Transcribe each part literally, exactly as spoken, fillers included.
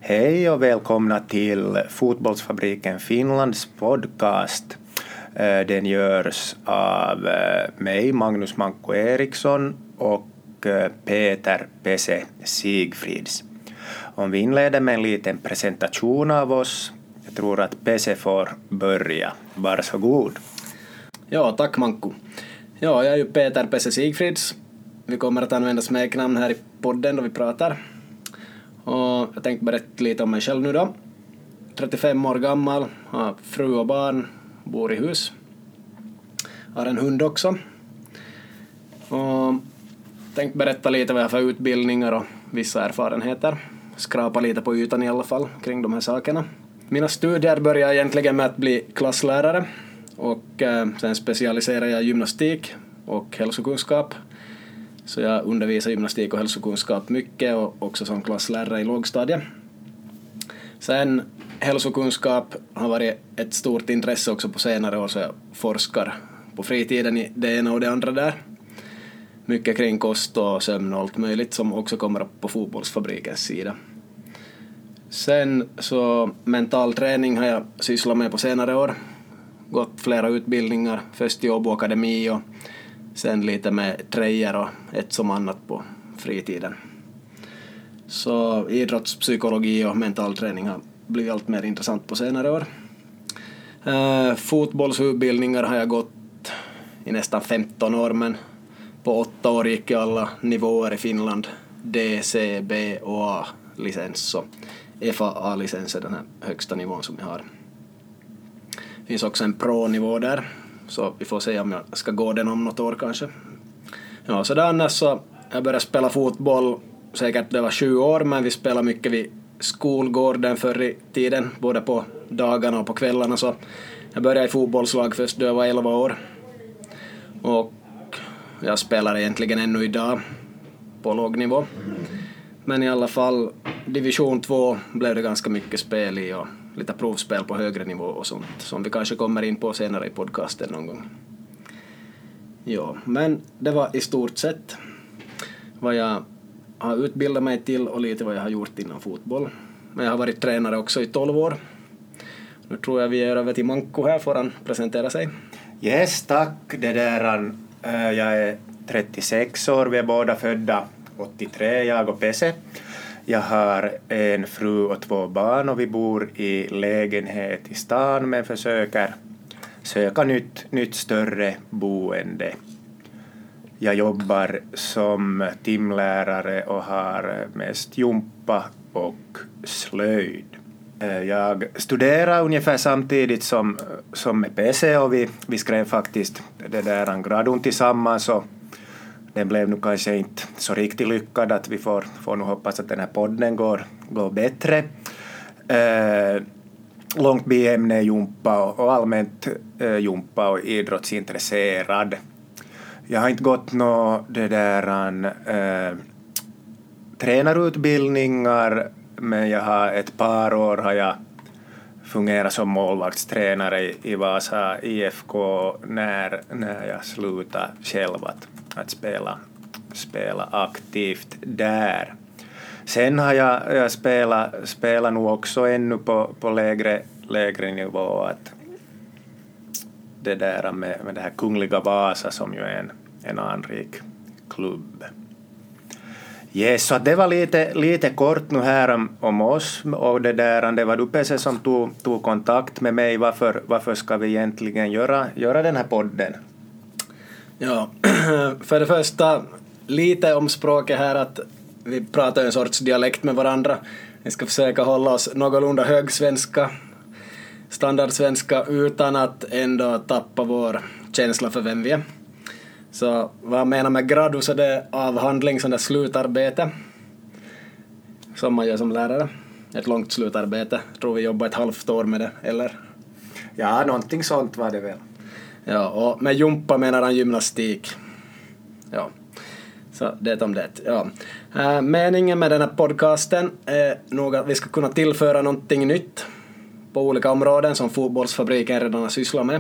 Hej och välkomna till Fotbollsfabriken Finlands podcast. Den görs av mig, Magnus Manko Eriksson, och Peter Pese Sigfrids. Om vi inleder med en liten presentation av oss. Jag tror att Pese får börja. Varsågod. Ja, tack Manko. Ja, jag är ju Peter Pese Sigfrids. Vi kommer att använda smeknamn här i podden då vi pratar. Och jag tänkte berätta lite om mig själv nu då. trettiofem år gammal, har fru och barn, bor i hus. Har en hund också. Och tänkte berätta lite vad jag har för utbildningar och vissa erfarenheter. Skrapa lite på ytan i alla fall kring de här sakerna. Mina studier började egentligen med att bli klasslärare. Och eh, sen specialiserade jag gymnastik och hälsokunskap. Så jag undervisar gymnastik och hälsokunskap mycket och också som klasslärare i lågstadiet. Sen hälsokunskap har varit ett stort intresse också på senare år, så jag forskar på fritiden i det ena och det andra där. Mycket kring kost och sömn och allt möjligt som också kommer upp på fotbollsfabrikens sida. Sen så mental träning har jag sysslat med på senare år. Gått flera utbildningar, först i Åbo Akademi och sen lite med trejer och ett som annat på fritiden. Så idrottspsykologi och mental träning har blivit allt mer intressant på senare år. Uh, fotbollsutbildningar har jag gått i nästan femton år, men på åtta år gick jag alla nivåer i Finland. D, C, B och A-licens. Så F A A-licens är den här högsta nivån som jag har. Det finns också en pro-nivå där. Så vi får se om jag ska gå den om något år kanske. Ja, så där annars så jag började spela fotboll säkert det var sju år, men vi spelade mycket vid skolgården förr i tiden, både på dagarna och på kvällarna. Så jag började i fotbollslag först då jag var elva år. Och jag spelar egentligen ännu idag på låg nivå. Men i alla fall division två blev det ganska mycket spel i och lite provspel på högre nivå och sånt som vi kanske kommer in på senare i podcasten någon gång. Ja, men det var i stort sett vad jag har utbildat mig till och lite vad jag har gjort inom fotboll. Men jag har varit tränare också i tolv år. Nu tror jag vi är över till Manko här, får han presentera sig. Yes, tack. Det där, jag är trettiosex år, vi är båda födda åttiotre, jag och Pese. Jag har en fru och två barn och vi bor i lägenhet i stan men försöker söka nytt, nytt större boende. Jag jobbar som timlärare och har mest jumpa och slöjd. Jag studerar ungefär samtidigt som, som med P C och vi, vi skrev faktiskt det där en gradun tillsammans och den blev nu kanske inte så riktigt lyckad, att vi får, får nu hoppas att den här podden går, går bättre. Eh, långt biämne jumpa och, och allmänt eh, jumpa och idrottsintresserad. Jag har inte gått nå det där eh, tränarutbildningar, men jag har ett par år har jag fungerat som målvaktstränare i, i Vasa I F K när, när jag slutade själv att, att spela, spela aktivt där. Sen har jag, jag spelat, spelat nog också ännu på, på lägre, lägre nivå, att det där med, med det här Kungliga Vasa som ju är en, en anrik klubb. Yes, så det var lite, lite kort nu här om, om oss och det där, det var du Pese som tog, tog kontakt med mig. Varför, varför ska vi egentligen göra, göra den här podden? Ja, för det första lite om språket här, att vi pratar en sorts dialekt med varandra. Vi ska försöka hålla oss någorlunda högsvenska, standardsvenska, utan att ändå tappa vår känsla för vem vi är. Så vad jag menar med gradu, så det är avhandling, sån där slutarbete som man gör som lärare. Ett långt slutarbete. Jag tror vi jobbar ett halvt år med det, eller? Ja, någonting sånt var det väl. Ja, och med jumpa menar han gymnastik. Ja, så det om det. Ja. Äh, meningen med den här podcasten är nog att vi ska kunna tillföra någonting nytt på olika områden som fotbollsfabriken redan har sysslat med.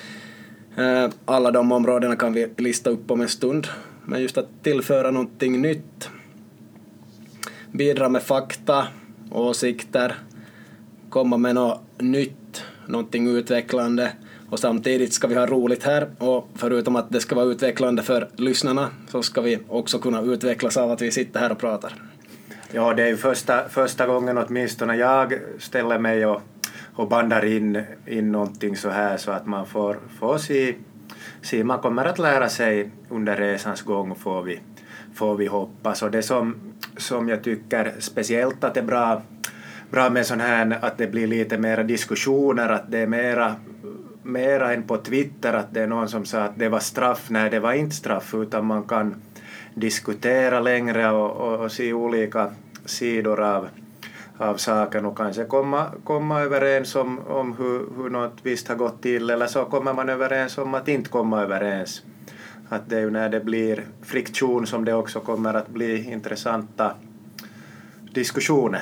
Alla de områdena kan vi lista upp om en stund. Men just att tillföra någonting nytt, bidra med fakta åsikter, komma med något nytt, någonting utvecklande, och samtidigt ska vi ha roligt här, och förutom att det ska vara utvecklande för lyssnarna så ska vi också kunna utvecklas av att vi sitter här och pratar. Ja, det är ju första, första gången åtminstone jag ställer mig och, och bandar in, in någonting så här, så att man får, får se, se, man kommer att lära sig under resans gång, får vi, får vi hoppas. Och det som, som jag tycker speciellt att det är bra, bra med sån här, att det blir lite mera diskussioner, att det är mera, mera än på Twitter, att det är någon som sa att det var straff när det var inte straff, utan man kan diskutera längre och, och, och se olika sidor av, av saken och kanske komma, komma överens om, om hur, hur något visst har gått till, eller så kommer man överens om att inte komma överens. Att det är ju när det blir friktion som det också kommer att bli intressanta diskussioner.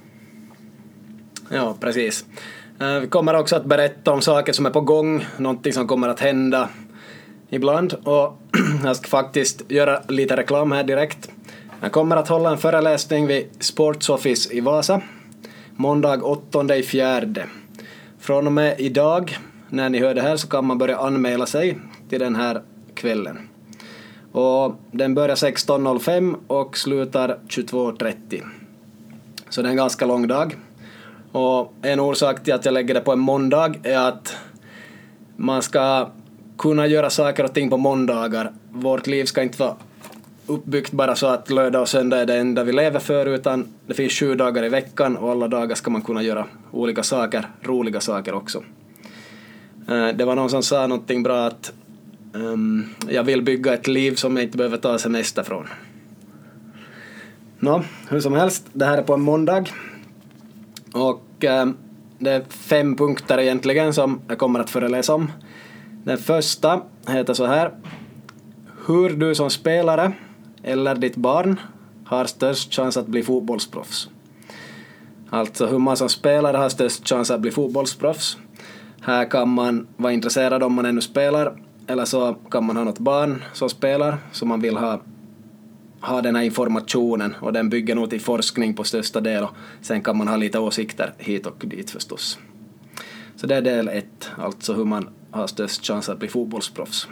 Ja, precis. Vi kommer också att berätta om saker som är på gång, någonting som kommer att hända ibland, och jag ska faktiskt göra lite reklam här direkt. Jag kommer att hålla en föreläsning vid Sports Office i Vasa måndag åttonde i fjärde. Från och med idag, när ni hör det här, så kan man börja anmäla sig till den här kvällen. Och den börjar sexton noll fem och slutar tjugotvå trettio. Så det är en ganska lång dag. Och en orsak till att jag lägger det på en måndag är att man ska kunna göra saker och ting på måndagar. Vårt liv ska inte vara uppbyggt bara så att lördag och söndag är det enda vi lever för, utan det finns sju dagar i veckan och alla dagar ska man kunna göra olika saker, roliga saker också. Det var någon som sa någonting bra, att um, jag vill bygga ett liv som jag inte behöver ta semester från. Nå, hur som helst, det här är på en måndag. Och eh, det är fem punkter egentligen som jag kommer att föreläsa om. Den första heter så här: hur du som spelare eller ditt barn har störst chans att bli fotbollsproffs. Alltså hur man som spelare har störst chans att bli fotbollsproffs. Här kan man vara intresserad om man ännu spelar, eller så kan man ha något barn som spelar, så man vill ha ha den här informationen, och den bygger nog till forskning på största del, och sen kan man ha lite åsikter hit och dit förstås. Så det är del ett, alltså hur man har störst chans att bli fotbollsproffs.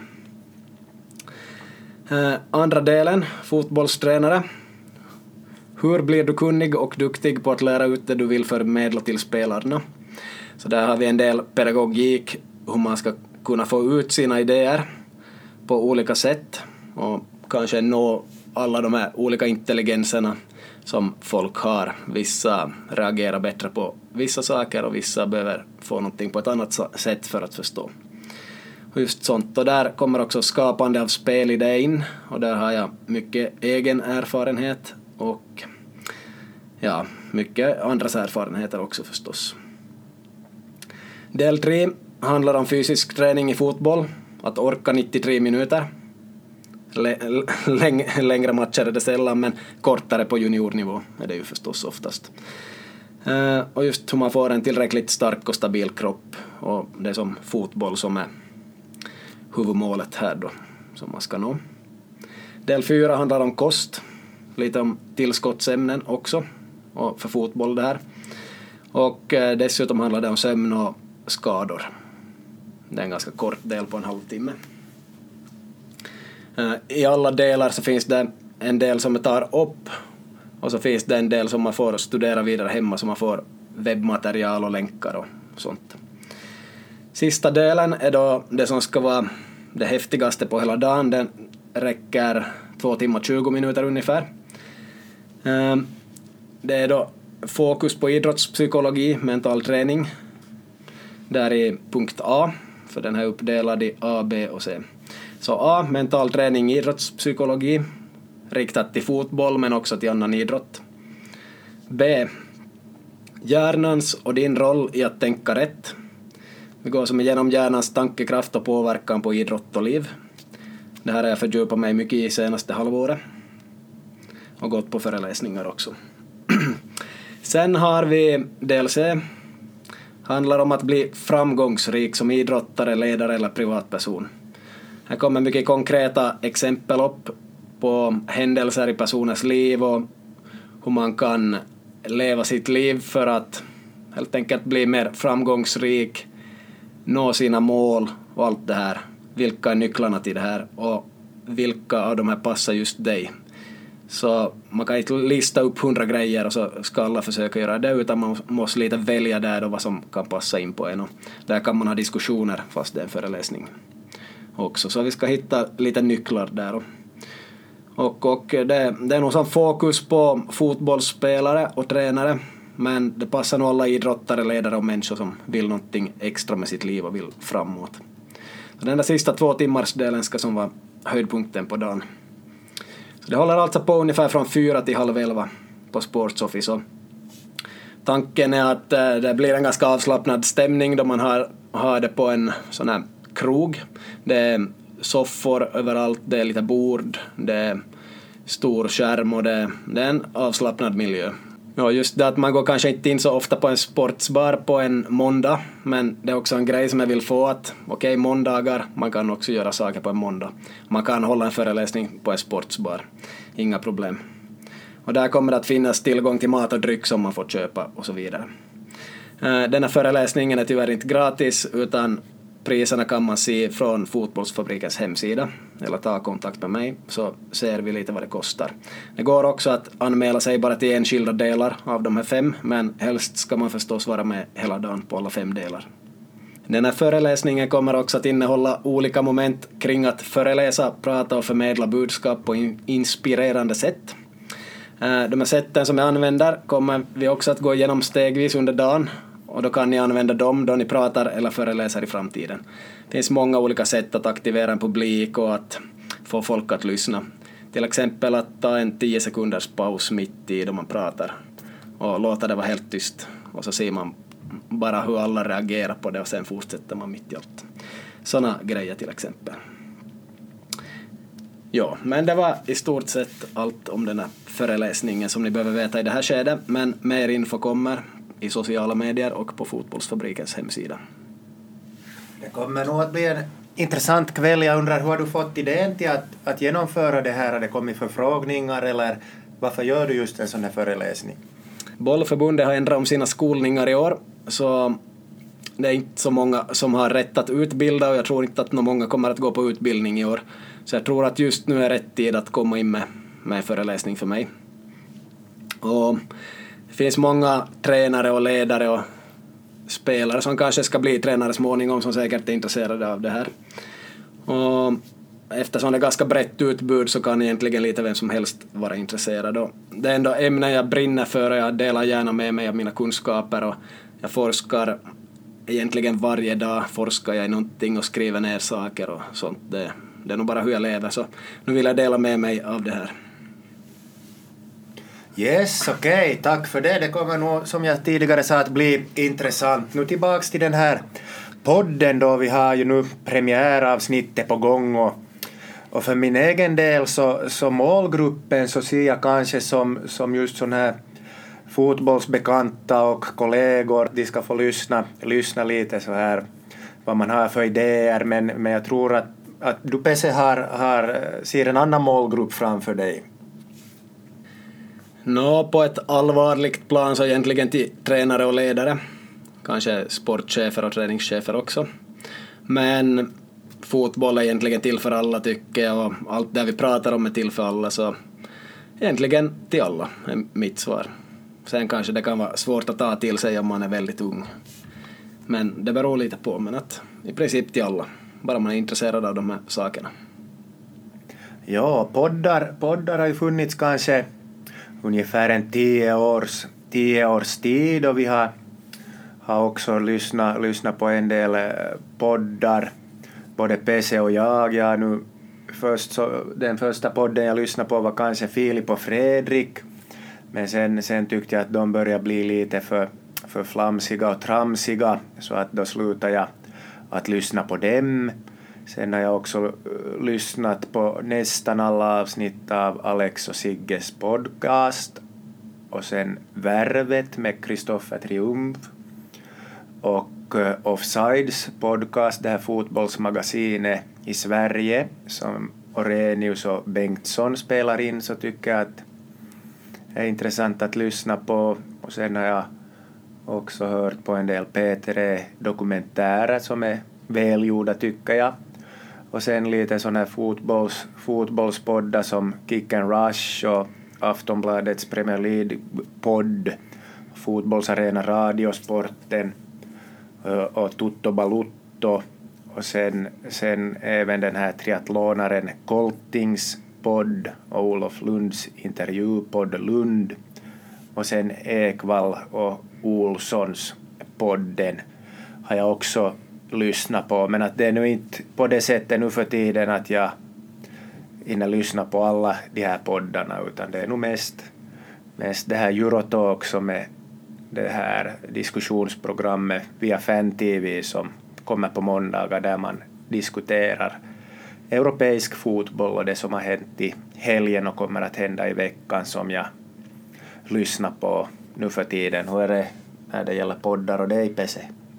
Eh, andra delen, fotbollstränare. Hur blir du kunnig och duktig på att lära ut det du vill förmedla till spelarna? Så där har vi en del pedagogik, hur man ska kunna få ut sina idéer på olika sätt och kanske nå alla de här olika intelligenserna som folk har. Vissa reagerar bättre på vissa saker och vissa behöver få någonting på ett annat sätt för att förstå. Just sånt. Och där kommer också skapande av spelidé in, och där har jag mycket egen erfarenhet och ja, mycket andras erfarenheter också förstås. Del tre handlar om fysisk träning i fotboll, att orka nittiotre minuter. Läng- längre matcher är det sällan, men kortare på juniornivå är det ju förstås oftast. Uh, och just hur man får en tillräckligt stark och stabil kropp, och det är som fotboll som är huvudmålet här då, som man ska nå. Del fyra handlar om kost, lite om tillskottsämnen också, och för fotboll det här. Och uh, dessutom handlar det om sömn och skador. Det är en ganska kort del på en halvtimme. I alla delar så finns det en del som man tar upp, och så finns det en del som man får studera vidare hemma, så man får webbmaterial och länkar och sånt. Sista delen är då det som ska vara det häftigaste på hela dagen. Den räcker två timmar tjugo minuter ungefär. Det är då fokus på idrottspsykologi, mental träning. Där är punkt A, för den här uppdelad i A, B och C. Så A, mental träning i idrottspsykologi, riktat till fotboll men också till annan idrott. B, hjärnans och din roll i att tänka rätt. Vi går som igenom hjärnans tankekraft och påverkan på idrott och liv. Det här har jag fördjupat mig mycket i senaste halvåret. Och gått på föreläsningar också. Sen har vi del C. Handlar om att bli framgångsrik som idrottare, ledare eller privatperson. Här kommer mycket konkreta exempel upp på händelser i personers liv och hur man kan leva sitt liv för att helt enkelt bli mer framgångsrik, nå sina mål och allt det här. Vilka är nycklarna till det här och vilka av de här passar just dig? Så man kan inte lista upp hundra grejer och så ska alla försöka göra det, utan man måste lite välja där då vad som kan passa in på en. Och där kan man ha diskussioner fast det är en föreläsning också. Så vi ska hitta lite nycklar där. Och, och det, det är nog som fokus på fotbollsspelare och tränare, men det passar nog alla idrottare, ledare och människor som vill någonting extra med sitt liv och vill framåt. Så den där sista två timmars delen ska som vara höjdpunkten på dagen. Så det håller alltså på ungefär från fyra till halv elva på Sports Office. Och tanken är att det blir en ganska avslappnad stämning då man har, har det på en sån här krog. Det är soffor överallt, det är lite bord, det är stor skärm och det, det är en avslappnad miljö. Ja, just det att man går kanske inte in så ofta på en sportsbar på en måndag, men det är också en grej som jag vill få att okej, okay, måndagar, man kan också göra saker på en måndag. Man kan hålla en föreläsning på en sportsbar, inga problem. Och där kommer det att finnas tillgång till mat och dryck som man får köpa och så vidare. Denna föreläsningen är tyvärr inte gratis, utan priserna kan man se från Fotbollsfabrikens hemsida eller ta kontakt med mig, så ser vi lite vad det kostar. Det går också att anmäla sig bara till enskilda delar av de här fem, men helst ska man förstås vara med hela dagen på alla fem delar. Den här föreläsningen kommer också att innehålla olika moment kring att föreläsa, prata och förmedla budskap på inspirerande sätt. De här sätten som jag använder kommer vi också att gå igenom stegvis under dagen, och då kan ni använda dem då ni pratar eller föreläser i framtiden. Det finns många olika sätt att aktivera en publik och att få folk att lyssna. Till exempel att ta en tio sekunders paus mitt i då man pratar och låta det vara helt tyst. Och så ser man bara hur alla reagerar på det och sen fortsätter man mitt i allt. Sådana grejer till exempel. Ja, men det var i stort sett allt om den här föreläsningen som ni behöver veta i det här skedet. Men mer info kommer i sociala medier och på Fotbollsfabrikens hemsida. Det kommer nog att bli en intressant kväll. Jag undrar, hur har du fått idén till att, att genomföra det här? Har det kommit förfrågningar eller varför gör du just en sån här föreläsning? Bollförbundet har ändrat om sina skolningar i år, så det är inte så många som har rätt att utbilda, och jag tror inte att många kommer att gå på utbildning i år. Så jag tror att just nu är rätt tid att komma in med, med en föreläsning för mig. Och det finns många tränare och ledare och spelare som kanske ska bli tränare småningom som säkert är intresserade av det här. Och eftersom det är ganska brett utbud så kan egentligen lite vem som helst vara intresserad. Och det är ändå ämnen jag brinner för och jag delar gärna med mig av mina kunskaper, och jag forskar egentligen varje dag, forskar jag i någonting och skriver ner saker och sånt. Det, det är nog bara hur jag lever, så nu vill jag dela med mig av det här. Yes, okej, okay. Tack för det. Det kommer nog, som jag tidigare sa, att bli intressant. Nu tillbaks till den här podden då. Vi har ju nu premiäravsnittet på gång, och, och för min egen del så, så målgruppen så ser jag kanske som, som just sån här fotbollsbekanta och kollegor. De ska få lyssna, lyssna lite så här vad man har för idéer, men, men jag tror att, att du P C har, har, ser en annan målgrupp framför dig. Nå, på ett allvarligt plan så egentligen till tränare och ledare. Kanske sportchefer och träningschefer också. Men fotboll är egentligen till för alla, tycker jag. Och allt det vi pratar om är till för alla. Så egentligen till alla är mitt svar. Sen kanske det kan vara svårt att ta till sig om man är väldigt ung. Men det beror lite på. Men att i princip till alla. Bara man är intresserad av de här sakerna. Ja, poddar, poddar har ju funnits kanske ungefär en tio års, tio års tid, och vi har, har också lyssnat, lyssnat på en del poddar, både P C och jag. jag nu, först så, den första podden jag lyssnade på var kanske Filip och Fredrik, men sen, sen tyckte jag att de började bli lite för, för flamsiga och tramsiga, så att då slutade jag att lyssna på dem. Sen har jag också lyssnat på nästan alla avsnitt av Alex och Sigges podcast. Och sen Värvet med Kristoffer Triumf. Och Offsides podcast, det här fotbollsmagasinet i Sverige som Orenius och Bengtsson spelar in, så tycker jag att det är intressant att lyssna på. Och sen har jag också hört på en del P tre-dokumentärer som är välgjorda tycker jag. Och sen lite sådana här fotbolls, fotbollspoddar som Kick and Rush och Aftonbladets Premier League-podd, Fotbollsarena Radiosporten och Tutto Balutto. Och sen, sen även den här triathlonaren Koltings podd och Olof Lunds intervjupodd Lund. Och sen Ekvall och Olssons podden har jag också lyssnat på. Men att det är nu inte på det sättet nu för tiden att jag hinner lyssna på alla de här poddarna, utan det är nog mest, mest det här Eurotalk som är det här diskussionsprogrammet via Fan-T V som kommer på måndagar där man diskuterar europeisk fotboll och det som har hänt i helgen och kommer att hända i veckan som jag lyssnar på nu för tiden. Hur är det när det gäller poddar och dig, P C?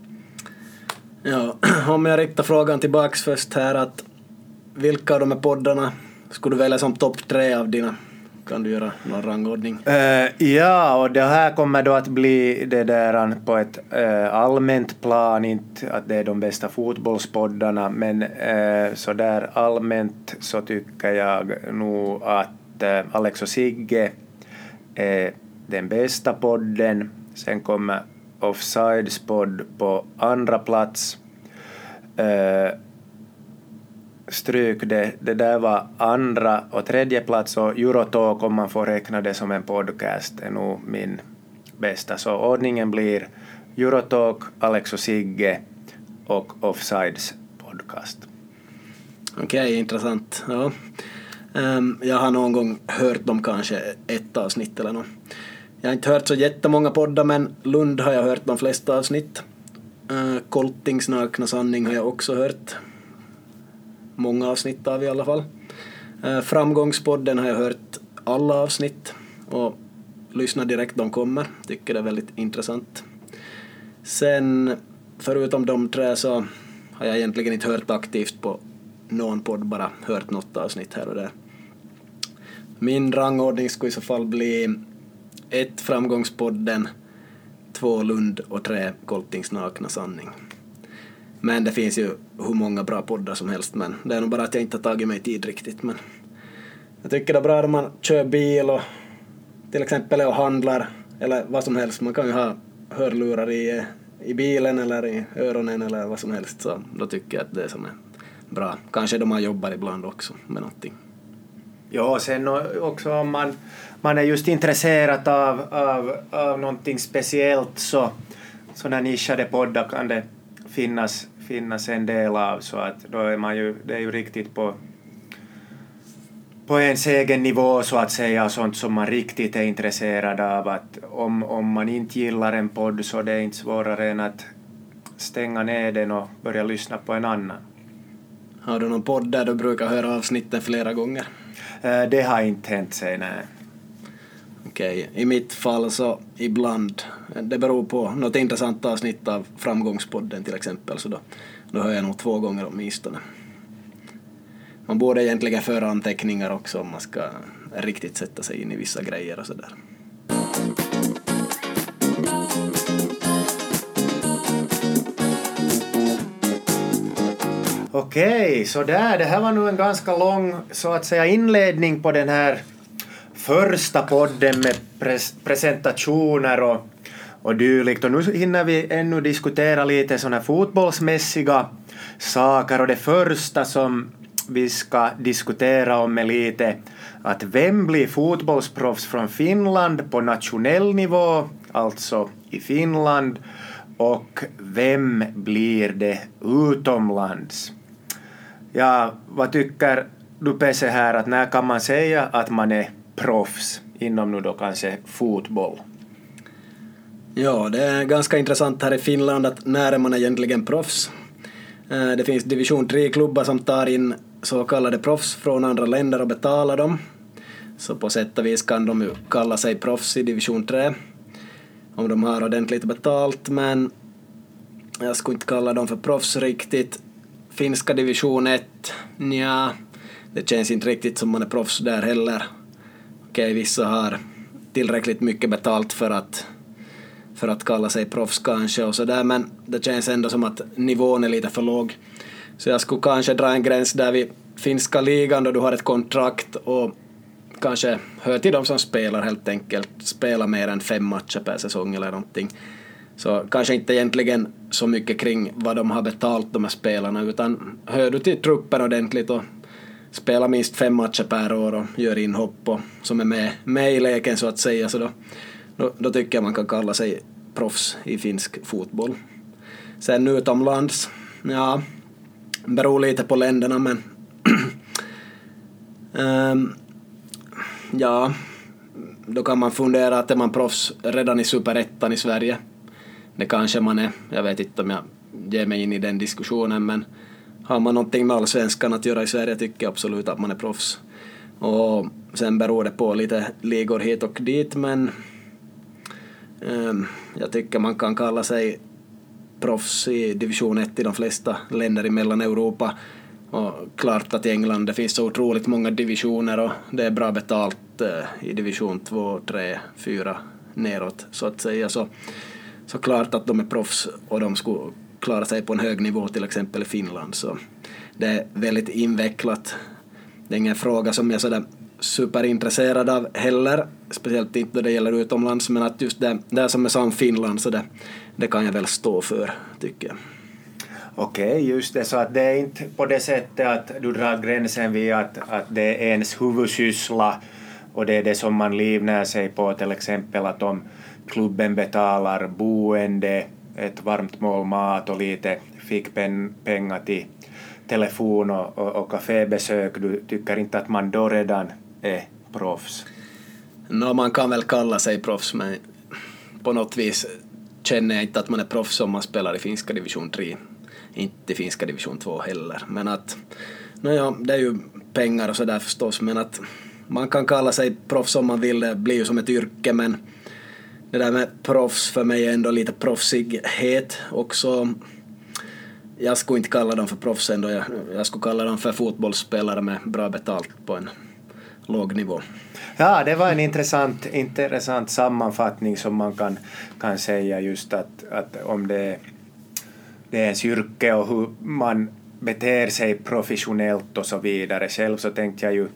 Ja, om jag riktar frågan tillbaks först här, att vilka av de här poddarna skulle du välja som topp tre av dina? Kan du göra någon rangordning? Uh, ja, och det här kommer då att bli det där på ett uh, allmänt plan, inte att det är de bästa fotbollspoddarna, men uh, så där allmänt så tycker jag nog att uh, Alex och Sigge är den bästa podden. Sen kommer Offsides podd på andra plats. Uh, stryk det, det där var andra och tredje plats, och Eurotalk, om man får räkna det som en podcast, är nog min bästa. Så ordningen blir Eurotalk, Alex och Sigge och Offsides podcast. Okej, okay, intressant. Ja. Um, jag har någon gång hört dem kanske ett avsnitt eller något. Jag har inte hört så jättemånga poddar, men Lund har jag hört de flesta avsnitt. Uh, Koltings nakna sanning har jag också hört många avsnitt av i alla fall. Uh, Framgångspodden har jag hört alla avsnitt och lyssnar direkt de kommer. Tycker det är väldigt intressant. Sen förutom de tre så har jag egentligen inte hört aktivt på någon podd, bara hört något avsnitt här och där. Min rangordning skulle i så fall bli ett Framgångspodden, två Lund och tre Koltings nakna sanning. Men det finns ju hur många bra poddar som helst, men det är nog bara att jag inte har tagit mig tid riktigt. Men jag tycker det är bra om man kör bil och till exempel och handlar eller vad som helst. Man kan ju ha hörlurar i, i bilen eller i öronen eller vad som helst, så då tycker jag att det är som är bra. Kanske de har jobbar ibland också med någonting. Ja, sen också om man, man är just intresserad av, av, av någonting speciellt, så sådana nischade poddar kan det finnas, finnas en del av, så att då är man ju, det är ju riktigt på, på ens egen nivå så att säga, sånt som man riktigt är intresserad av. Att om, om man inte gillar en podd så det är inte svårare än att stänga ner den och börja lyssna på en annan. Har du någon podd där du brukar höra avsnitten flera gånger? Det har inte hänt sig, nej. Okej, i mitt fall så ibland. Det beror på något intressant avsnitt av Framgångspodden till exempel, så då, då hör jag nog två gånger åtminstone. Man borde egentligen föra anteckningar också om man ska riktigt sätta sig in i vissa grejer och sådär. Okej, så där. Det här var nu en ganska lång så att säga inledning på den här första podden med pres- presentationer och, och dylikt. Och nu hinner vi ännu diskutera lite sådana fotbollsmässiga saker. Och det första som vi ska diskutera om är lite att vem blir fotbollsproffs från Finland på nationell nivå, alltså i Finland, och vem blir det utomlands? Ja, vad tycker du, P C, här, att när kan man säga att man är proffs inom nu då kanske fotboll? Ja, det är ganska intressant här i Finland att när är man egentligen proffs. Det finns division tre-klubbar som tar in så kallade proffs från andra länder och betalar dem. Så på sätt och vis kan de ju kalla sig proffs i division tre om de har ordentligt betalt, men jag skulle inte kalla dem för proffs riktigt. Finska division ett, nja, det känns inte riktigt som man är proffs där heller. Okej, vissa har tillräckligt mycket betalt för att för att kalla sig proffs kanske och så där, men det känns ändå som att nivån är lite för låg. Så jag skulle kanske dra en gräns där vid finska ligan då du har ett kontrakt och kanske hör till de som spelar helt enkelt, spelar mer än fem matcher per säsong eller någonting. Så kanske inte egentligen så mycket kring vad de har betalt de här spelarna, utan hör du till truppen ordentligt och spelar minst fem matcher per år och gör inhopp och som är med, med i leken så att säga, så då, då, då tycker jag man kan kalla sig proffs i finsk fotboll. Sen utomlands, ja, beror lite på länderna, men um, ja, då kan man fundera att är man proffs redan i superettan i Sverige. Det kanske man är, jag vet inte om jag ger mig in i den diskussionen, men har man någonting med allsvenskan att göra i Sverige tycker jag absolut att man är proffs. Och sen beror det på lite ligor hit och dit, men um, jag tycker man kan kalla sig proffs i division ett i de flesta länder i Mellaneuropa. Och klart att i England det finns så otroligt många divisioner och det är bra betalt uh, i division två, tre, fyra neråt så att säga. Så, så klart att de är proffs och de skulle klara sig på en hög nivå till exempel i Finland. Så det är väldigt invecklat. Det är ingen fråga som jag är sådär superintresserad av heller, speciellt inte då det gäller utomlands, men att just det, det som är som Finland, så det, det kan jag väl stå för, tycker jag. Okej, okay, just det, så att det är inte på det sättet att du drar gränsen vid att, att det är ens huvudsyssla och det är det som man livnär sig på, till exempel att om klubben betalar boende, ett varmt mål mat och lite fick pen, pengar till telefon och, och, och kafébesök, du tycker inte att man då redan är proffs? No, man kan väl kalla sig proffs, men på något vis känner jag inte att man är proffs om man spelar i finska division tre, inte i finska division två heller. Men att, no ja, det är ju pengar och sådär förstås, men att man kan kalla sig proffs om man vill, det blir ju som ett yrke, men det där med proffs för mig är ändå lite proffsighet också. Jag skulle inte kalla dem för proffs ändå, jag, jag skulle kalla dem för fotbollsspelare med bra betalt på en låg nivå. Ja, det var en intressant, intressant sammanfattning som man kan, kan säga just att, att om det, det är ens yrke och hur man beter sig professionellt och så vidare. Själv så tänkte jag ju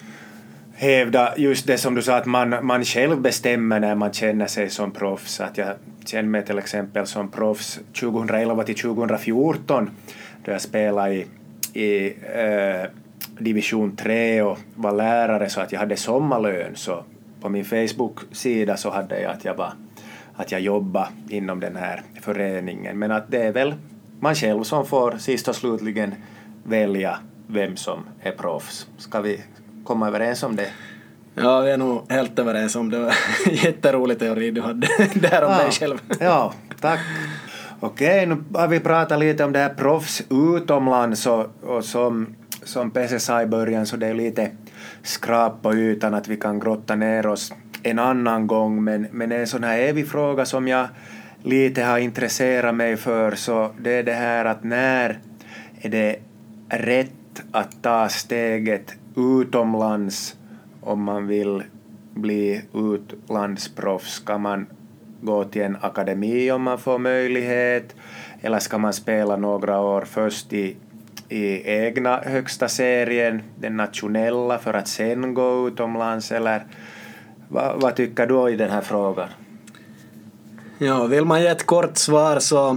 hävda just det som du sa, att man, man själv bestämmer när man känner sig som proffs. Att jag känner mig till exempel som proffs tjugoelva till tjugofjorton då jag spelade i, i eh, division tre och var lärare, så att jag hade sommarlön. Så på min Facebook-sida så hade jag att jag var att jag jobbade inom den här föreningen. Men att det är väl man själv som får sist och slutligen välja vem som är proffs. Ska vi komma överens om det? Ja, vi är nog helt överens om det. Var jätterolig teori du hade där om ja, dig själv. Ja, tack. Okej, nu har vi pratat lite om det här proffs utomlands och, och som, som P C sa i början, så det är lite skrap på ytan att vi kan grotta ner oss en annan gång, men, men en sån här evig fråga som jag lite har intresserat mig för, så det är det här att när är det rätt att ta steget utomlands om man vill bli utlandsproffs? Ska man gå till en akademi om man får möjlighet, eller ska man spela några år först i, i egna högsta serien, den nationella, för att sen gå utomlands, eller vad, vad tycker du i den här frågan? Ja, vill man ge ett kort svar så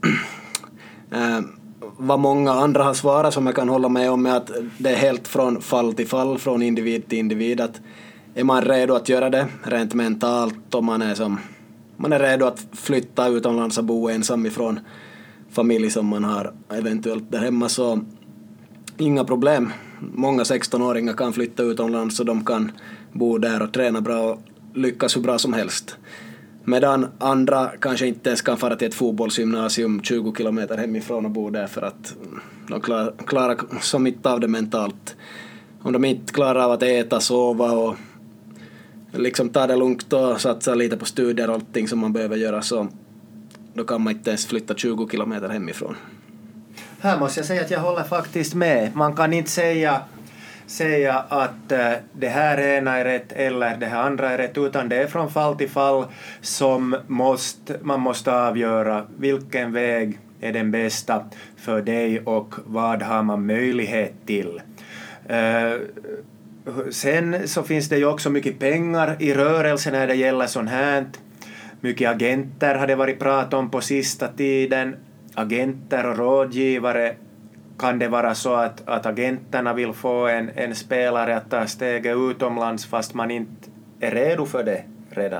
äh, vad många andra har svarat som jag kan hålla med om är att det är helt från fall till fall, från individ till individ, att är man redo att göra det rent mentalt, om man är som man är redo att flytta utomlands och bo ensam ifrån familj som man har eventuellt där hemma, så inga problem. Många sexton-åringar kan flytta utomlands och de kan bo där och träna bra och lyckas hur bra som helst. Medan andra kanske inte ens kan fara till ett fotbollsgymnasium tjugo kilometer hemifrån och bo där för att de klarar, klarar som inte av det mentalt. Om de inte klarar av att äta, sova och liksom ta det lugnt och satsa lite på studier och allting som man behöver göra, så då kan man inte ens flytta tjugo kilometer hemifrån. Här måste jag säga att jag håller faktiskt med. Man kan inte säga säga att uh, det här ena är rätt eller det här andra är rätt, utan det är från fall till fall som måste, man måste avgöra vilken väg är den bästa för dig och vad har man möjlighet till. Uh, sen så finns det ju också mycket pengar i rörelsen när det gäller sånt här. Mycket agenter har det varit prat om på sista tiden. Agenter och rådgivare, kan det vara så att, att agenterna vill få en, en spelare att ta steget utomlands fast man inte är redo för det redan?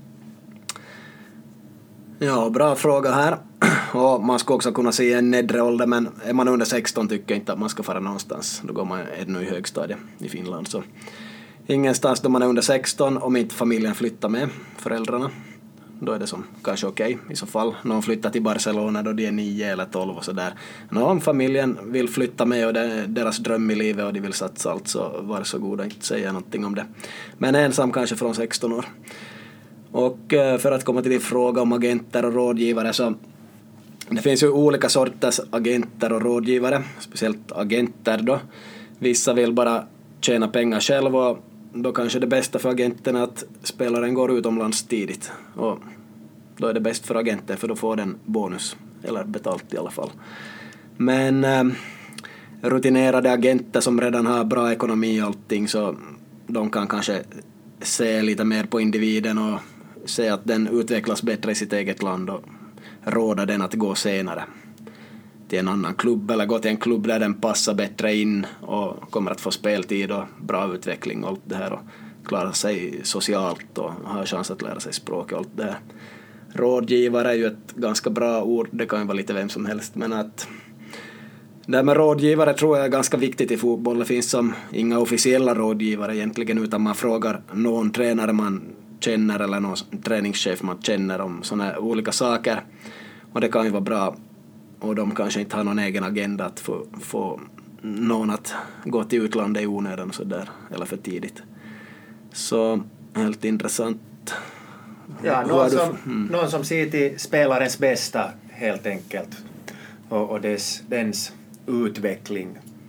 Ja, bra fråga här. Och man ska också kunna se en nedre ålder, men är man under sexton tycker jag inte att man ska fara någonstans. Då går man ännu i högstadiet i Finland. Så ingenstans då man är under sexton, om inte familjen flyttar med föräldrarna. Då är det som kanske okej okay. I så fall. Någon flyttar till Barcelona då de är nio eller tolv och sådär. Nå, om familjen vill flytta med och det är deras dröm i livet och de vill satsa allt, så varsågoda, inte säga någonting om det. Men ensam kanske från sexton år. Och för att komma till din fråga om agenter och rådgivare, så det finns ju olika sorters agenter och rådgivare, speciellt agenter då. Vissa vill bara tjäna pengar själv, och då kanske det bästa för agenten är att spelaren går utomlands tidigt. Och då är det bäst för agenten, för då får den bonus, eller betalt i alla fall. Men äh, rutinerade agenter som redan har bra ekonomi och allting, så de kan kanske se lite mer på individen och se att den utvecklas bättre i sitt eget land och råda den att gå senare till en annan klubb eller gå till en klubb där den passar bättre in och kommer att få speltid och bra utveckling och allt det här, och klara sig socialt och ha chans att lära sig språk och allt det här. Rådgivare är ju ett ganska bra ord, det kan ju vara lite vem som helst, men att det med rådgivare tror jag är ganska viktigt i fotboll. Det finns som inga officiella rådgivare egentligen, utan man frågar någon tränare man känner eller någon träningschef man känner om sådana olika saker, och det kan ju vara bra. Och de kanske inte har någon egen agenda att få, få någon att gå till utlandet i onödan så där, eller för tidigt. Så helt intressant. Ja, någon som, mm. någon som ser till spelarens bästa helt enkelt, och, och dess, dens utveckling.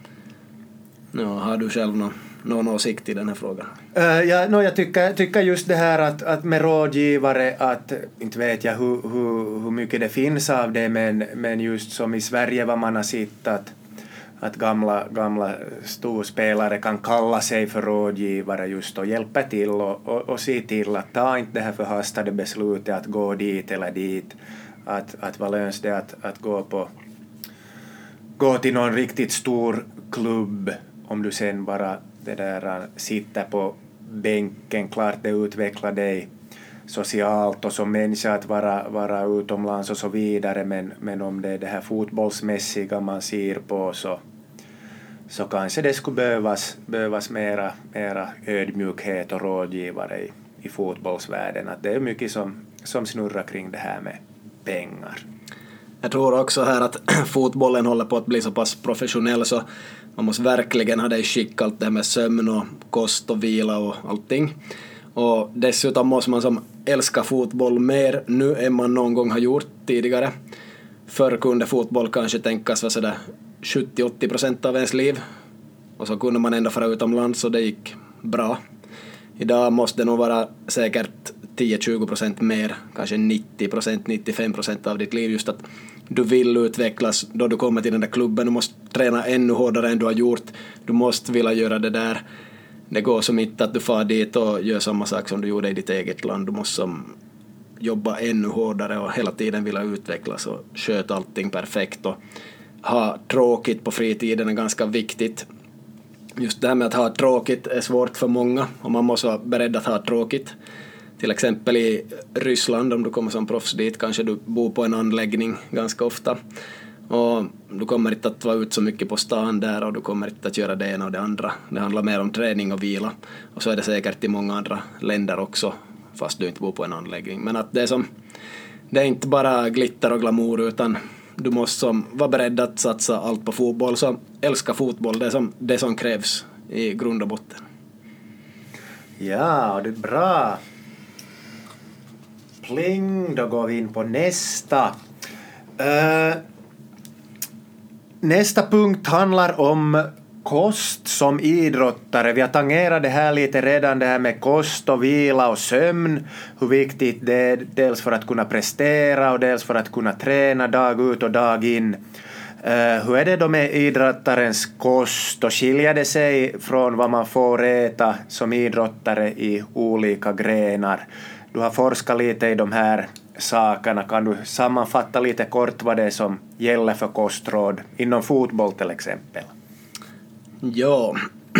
Ja, har du själv någon, någon åsikt i den här frågan? Uh, ja, no, jag tycker, tycker just det här att, att med rådgivare, att inte vet jag hur, hur, hur mycket det finns av det, men, men just som i Sverige vad man har sett att, att gamla, gamla storspelare kan kalla sig för rådgivare just och hjälpa till och, och, och se till att ta inte det här förhastade beslutet att gå dit eller dit, att, att vad löns det att, att gå på gå till någon riktigt stor klubb om du sen bara det där sitter på bänken. Klart det utvecklar dig socialt och som människa att vara, vara utomlands och så vidare, men, men om det är det här fotbollsmässiga man ser på, så, så kanske det skulle behövas, behövas mera, mera ödmjukhet och rådgivare i, i fotbollsvärlden. Att det är mycket som, som snurrar kring det här med pengar. Jag tror också här att fotbollen håller på att bli så pass professionell, så man måste verkligen ha det i skick, allt det här med sömn och kost och vila och allting. Och dessutom måste man som älska fotboll mer nu än man någon gång har gjort tidigare. Förr kunde fotboll kanske tänkas vara sådär sjuttio till åttio procent av ens liv, och så kunde man ändå fara utomlands och det gick bra. Idag måste det nog vara säkert tio till tjugo procent mer, kanske nittio procent, nittiofem procent av ditt liv, just att du vill utvecklas då du kommer till den där klubben. Du måste träna ännu hårdare än du har gjort. Du måste vilja göra det där. Det går som inte att du far dit och gör samma sak som du gjorde i ditt eget land. Du måste som jobba ännu hårdare och hela tiden vilja utvecklas och sköta allting perfekt och ha tråkigt på fritiden är ganska viktigt. Just det här med att ha tråkigt är svårt för många, och man måste vara beredd att ha tråkigt. Till exempel i Ryssland, om du kommer som proffs dit, kanske du bor på en anläggning ganska ofta. Och du kommer inte att vara ut så mycket på stan där, och du kommer inte att göra det ena och det andra. Det handlar mer om träning och vila. Och så är det säkert i många andra länder också, fast du inte bor på en anläggning. Men att det är, som, det är inte bara glitter och glamour, utan du måste som vara beredd att satsa allt på fotboll. Så älska fotboll, det är som, det som krävs i grund och botten. Ja, det är bra. Pling, då går vi in på nästa. Uh, nästa punkt handlar om kost som idrottare. Vi har tangerat det här lite redan, det här med kost och vila och sömn. Hur viktigt det är dels för att kunna prestera och dels för att kunna träna dag ut och dag in. Uh, hur är det då med idrottarens kost och skiljer det sig från vad man får äta som idrottare i olika grenar? Du har forskat lite i de här sakerna. Kan du sammanfatta lite kort vad det är som gäller för kostråd inom fotboll till exempel? Ja,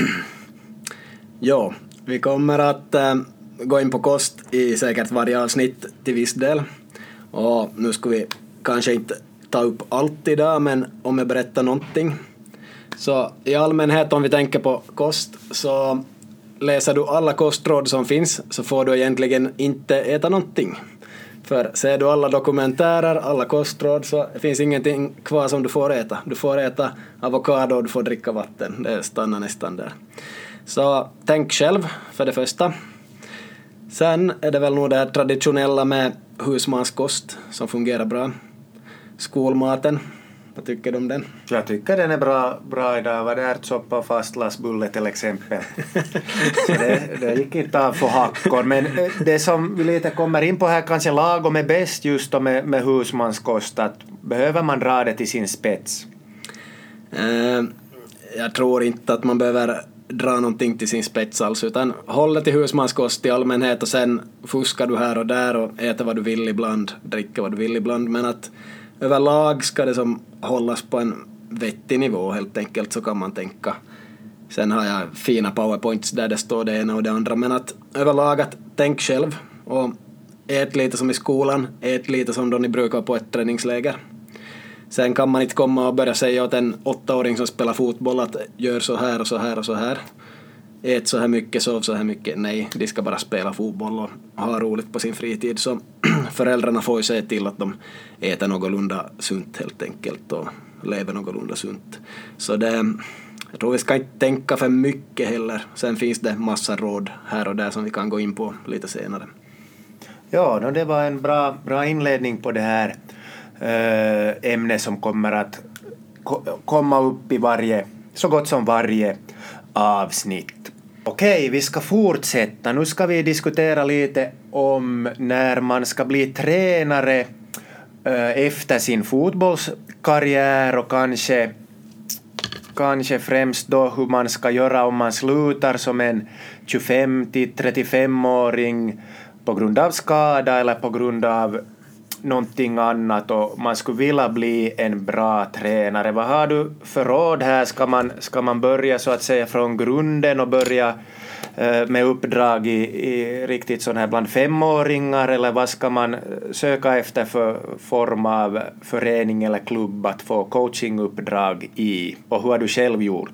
ja vi kommer att äh, gå in på kost i säkert varje avsnitt till viss del. Och nu ska vi kanske inte ta upp allt idag, men om jag berättar någonting. Så i allmänhet om vi tänker på kost, så läser du alla kostråd som finns så får du egentligen inte äta någonting. För ser du alla dokumentärer, alla kostråd, så finns ingenting kvar som du får äta. Du får äta avokado och du får dricka vatten. Det stannar nästan där. Så tänk själv för det första. Sen är det väl nog det traditionella med husmanskost som fungerar bra. Skolmaten, vad tycker du om den? Jag tycker den är bra, bra idag. Var det ärtsoppa och fastlagsbulle till exempel. Så det, det gick inte av för hackor. Men det som vi lite kommer in på här kanske lagom är bäst just då med, med husmanskost. Att behöver man dra det till sin spets? Uh, jag tror inte att man behöver dra någonting till sin spets alls, utan hålla till husmanskost i allmänhet och sen fuskar du här och där och äter vad du vill ibland, dricker vad du vill ibland, men att överlag ska det som hållas på en vettig nivå helt enkelt, så kan man tänka. Sen har jag fina powerpoints där det står det ena och det andra, men att överlag att tänk själv och ät lite som i skolan, ät lite som då ni brukar på ett träningsläger. Sen kan man inte komma och börja säga åt en åttaåring som spelar fotboll att gör så här och så här och så här. Ät så här mycket, sov så här mycket. Nej, de ska bara spela fotboll och ha roligt på sin fritid. Så föräldrarna får ju se till att de äter någorlunda sunt helt enkelt och lever någorlunda sunt. Så det, jag tror vi ska inte tänka för mycket heller. Sen finns det massa råd här och där som vi kan gå in på lite senare. Ja, det var en bra, bra inledning på det här ämne som kommer att komma upp i varje, så gott som varje avsnitt. Okej, vi ska fortsätta. Nu ska vi diskutera lite om när man ska bli tränare efter sin fotbollskarriär och kanske, kanske främst då hur man ska göra om man slutar som en tjugofem till trettiofem-åring på grund av skada eller på grund av någonting annat och man skulle vilja bli en bra tränare. Vad har du för råd här? Ska man, ska man börja så att säga från grunden och börja eh, med uppdrag i, i riktigt sån här bland femåringar, eller vad ska man söka efter för form av förening eller klubb att få coachinguppdrag i? Och hur har du själv gjort?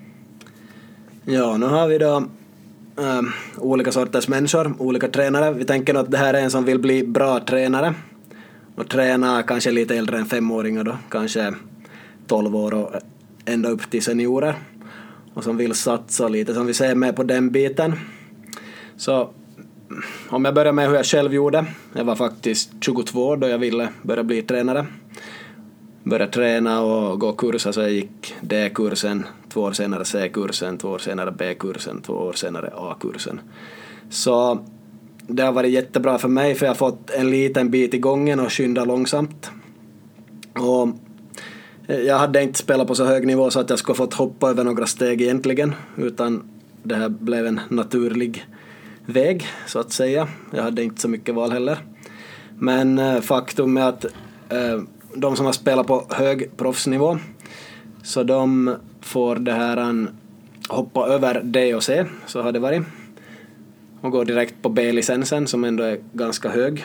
Ja, nu har vi då äh, olika sorters människor, olika tränare. Vi tänker att det här är en som vill bli bra tränare och träna kanske lite äldre än femåringar då, kanske tolv år och ända upp till seniorer, och som vill satsa lite, som vi ser med på den biten. Så om jag börjar med hur jag själv gjorde, jag var faktiskt tjugotvå då jag ville börja bli tränare. Började träna och gå kurser, så jag gick D-kursen, två år senare C-kursen, två år senare B-kursen, två år senare A-kursen. Så det har varit jättebra för mig, för jag har fått en liten bit i gången och skynda långsamt. Och jag hade inte spelat på så hög nivå så att jag skulle fått hoppa över några steg egentligen, utan det här blev en naturlig väg så att säga. Jag hade inte så mycket val heller. Men faktum är att eh, de som har spelat på hög proffsnivå, så de får det här an, hoppa över D och C, så har det varit, och gå direkt på B-licensen som ändå är ganska hög.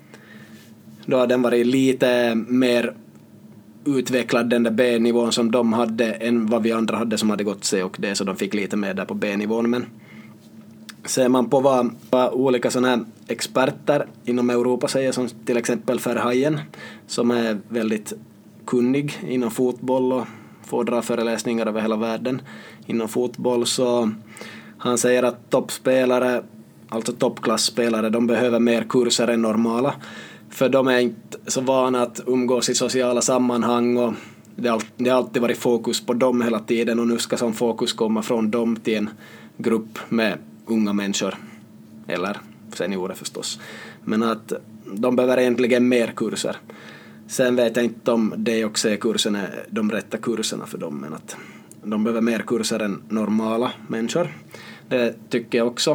Då har den varit lite mer utvecklad, den där B-nivån som de hade, än vad vi andra hade som hade gått C och D, så de fick lite mer där på B-nivån. Men ser man på vad, vad olika sådana här experter inom Europa säger, som till exempel Verheyen, som är väldigt kunnig inom fotboll och får dra föreläsningar över hela världen inom fotboll, så han säger att toppspelare, alltså toppklassspelare, de behöver mer kurser än normala, för de är inte så vana att umgås i sociala sammanhang och det har, det har alltid varit fokus på dem hela tiden, och nu ska som fokus komma från dem till en grupp med unga människor, eller seniorer förstås. Men att de behöver egentligen mer kurser. Sen vet jag inte om det också är kurserna, de rätta kurserna för dem, men att de behöver mer kurser än normala människor. Det tycker jag också.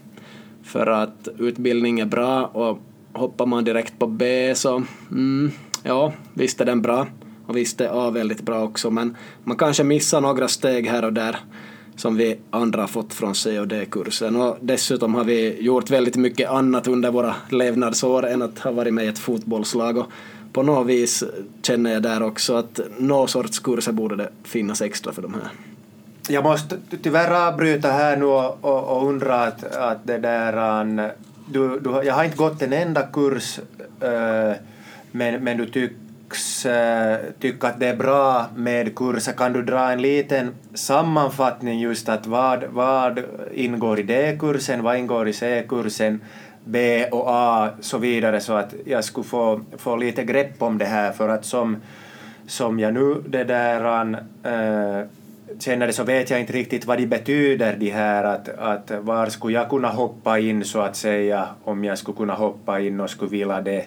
För att utbildning är bra, och hoppar man direkt på B så mm, ja, visst är den bra, och visst är A väldigt bra också, men man kanske missar några steg här och där som vi andra har fått från C och D-kursen. Och dessutom har vi gjort väldigt mycket annat under våra levnadsår än att ha varit med i ett fotbollslag, och på något vis känner jag där också att någon sorts kurser borde det finnas extra för de här. Jag måste tyvärr avbryta här nu och, och, och undra att, att det där, du, du, jag har inte gått en enda kurs, äh, men, men du tycks äh, tycka att det är bra med kurser. Kan du dra en liten sammanfattning just att vad, vad ingår i D-kursen, vad ingår i C-kursen, B och A så vidare, så att jag skulle få, få lite grepp om det här, för att som, som jag nu det där äh, känner det, så vet jag inte riktigt vad det betyder det här, att, att var skulle jag kunna hoppa in så att säga, om jag skulle kunna hoppa in och skulle vilja det.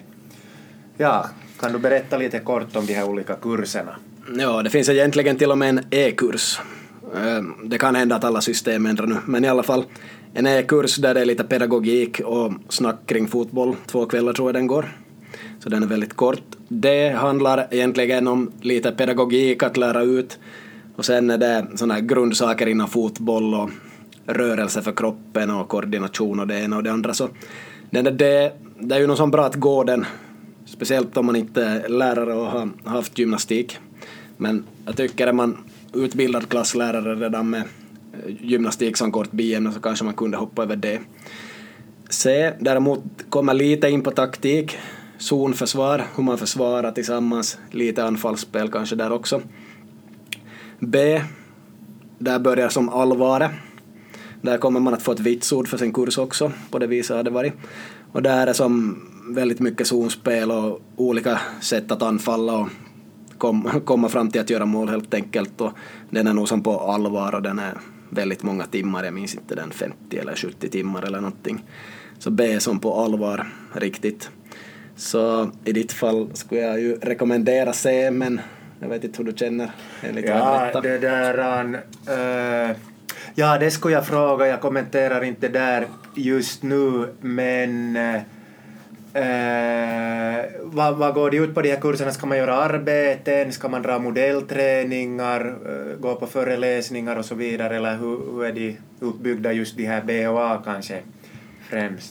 Ja, kan du berätta lite kort om de här olika kurserna? Ja, det finns egentligen till och med en E-kurs. Det kan hända att alla system ändrar nu, men i alla fall en E-kurs där det är lite pedagogik och snack kring fotboll. Två kvällar tror jag den går. Så den är väldigt kort. Det handlar egentligen om lite pedagogik att lära ut. Och sen är det sådana här grundsaker inom fotboll och rörelse för kroppen och koordination och det ena och det andra. Så den är det, det är ju något som bra att gå den. Speciellt om man inte är lärare och har haft gymnastik. Men jag tycker att man utbildad klasslärare redan med gymnastik som kort biämne, så kanske man kunde hoppa över det. C, däremot kommer lite in på taktik, zonförsvar, hur man försvarar tillsammans, lite anfallsspel kanske där också. B, där börjar som allvaret. Där kommer man att få ett vitsord för sin kurs också, på det viset har det varit. Och där är som väldigt mycket zonspel och olika sätt att anfalla och kom, komma fram till att göra mål helt enkelt. Och den är nog som på allvar, och den är väldigt många timmar, jag minns inte den, femtio eller sjuttio timmar eller någonting. Så B är som på allvar riktigt. Så i ditt fall skulle jag ju rekommendera C, men jag vet inte hur du känner. Ja, det där... Uh, ja, det skulle jag fråga. Jag kommenterar inte där just nu, men... Uh, vad, vad går det ut på de här kurserna? Ska man göra arbeten? Ska man dra modellträningar? Uh, gå på föreläsningar och så vidare? Eller hur, hur är de uppbyggda just de här B och A kanske främst?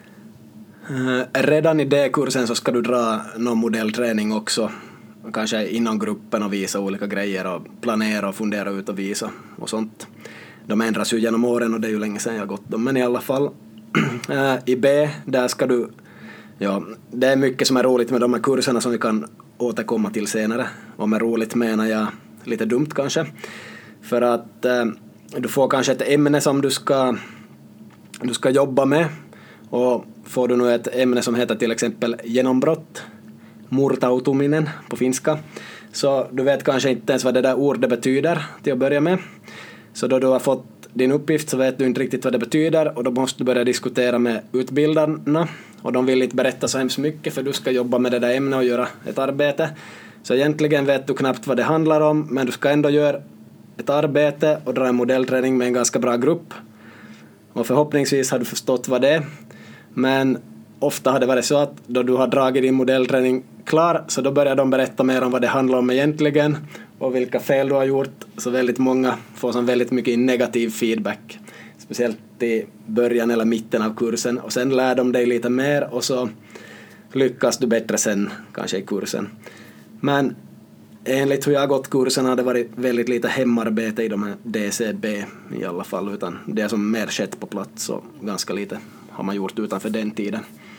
Uh, redan i D-kursen så ska du dra någon modellträning också. Kanske inom gruppen och visa olika grejer och planera och fundera ut och visa och sånt. De ändras ju genom åren och det är ju länge sedan jag har gått dem. Men i alla fall, uh, i B, där ska du... Ja, det är mycket som är roligt med de här kurserna som vi kan återkomma till senare. Och med roligt menar jag lite dumt kanske. För att eh, du får kanske ett ämne som du ska, du ska jobba med. Och får du nu ett ämne som heter till exempel genombrott, murtautuminen på finska. Så du vet kanske inte ens vad det där ordet betyder till att börja med. Så då du har fått din uppgift så vet du inte riktigt vad det betyder, och då måste du börja diskutera med utbildarna, och de vill inte berätta så hemskt mycket för du ska jobba med det där ämnet och göra ett arbete. Så egentligen vet du knappt vad det handlar om, men du ska ändå göra ett arbete och dra en modellträning med en ganska bra grupp, och förhoppningsvis har du förstått vad det är. Men ofta har det varit så att då du har dragit din modellträning klar, så då börjar de berätta mer om vad det handlar om egentligen och vilka fel du har gjort. Så väldigt många får som väldigt mycket negativ feedback, speciellt i början eller mitten av kursen, och sen lär de dig lite mer och så lyckas du bättre sen kanske i kursen. Men enligt hur jag har gått kursen har det varit väldigt lite hemarbete i de här D C B i alla fall, utan det är som mer skett på plats och ganska lite har man gjort utanför den tiden.